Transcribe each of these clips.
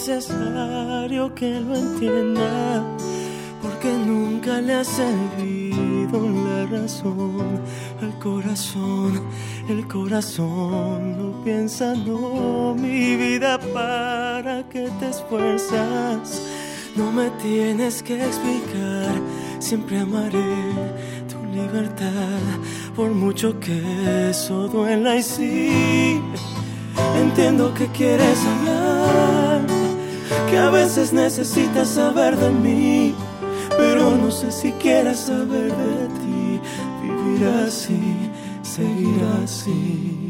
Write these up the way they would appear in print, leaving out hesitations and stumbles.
necesario que lo entienda, porque nunca le ha servido la razón. El corazón no piensa, no, mi vida, ¿para qué te esfuerzas? No me tienes que explicar, siempre amaré tu libertad, por mucho que eso duela. Y sí, entiendo que quieres hablar, que a veces necesitas saber de mí, pero no sé si quieras saber de ti. Vivir así, seguir así,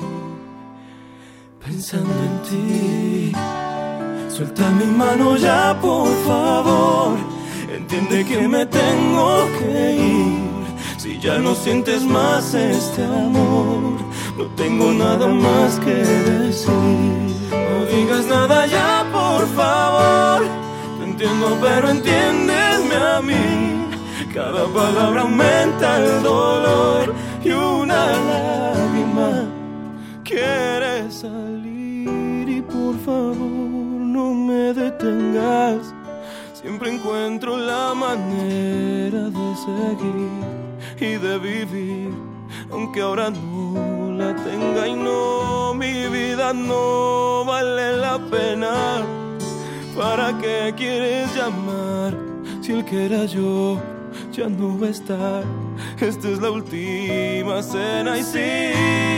pensando en ti. Suelta mi mano ya, por favor. Entiende que me tengo que ir. Si ya no sientes más este amor, no tengo nada más que decir. No digas nada ya, por favor. Te entiendo, pero entiéndeme a mí. Cada palabra aumenta el dolor y una lágrima quiere salir. Y por favor, no me detengas. Siempre encuentro la manera de seguir y de vivir, aunque ahora no la tenga. Y no, mi vida no vale la pena. ¿Para qué quieres llamar si el que era yo ya no va a estar? Esta es la última cena. Y sí,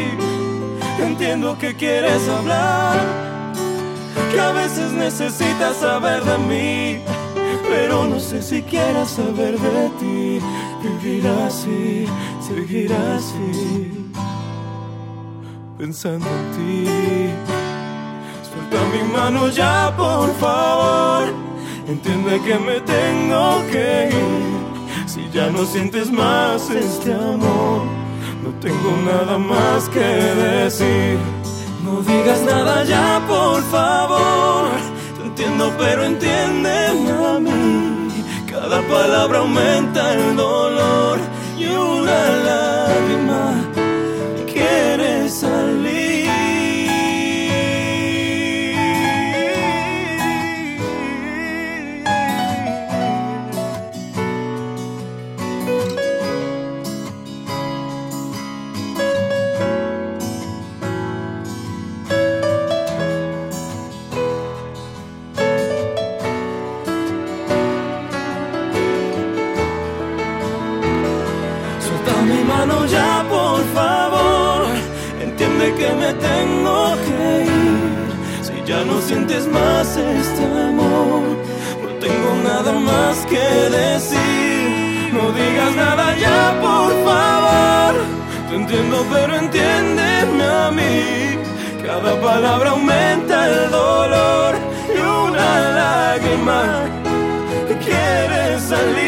entiendo que quieres hablar, que a veces necesitas saber de mí, pero no sé si quieras saber de ti. Vivir así, seguir así, pensando en ti. Suelta mi mano ya, por favor. Entiende que me tengo que ir. Si ya no sientes más este amor, no tengo nada más que decir. No digas nada ya, por favor. Te entiendo, pero entiéndeme a mí. Cada palabra aumenta el dolor y una lágrima quiere salir. Ya, por favor, entiende que me tengo que ir. Si ya no sientes más este amor, no tengo nada más que decir. No digas nada ya, por favor. Te entiendo, pero entiéndeme a mí. Cada palabra aumenta el dolor y una lágrima quiere salir.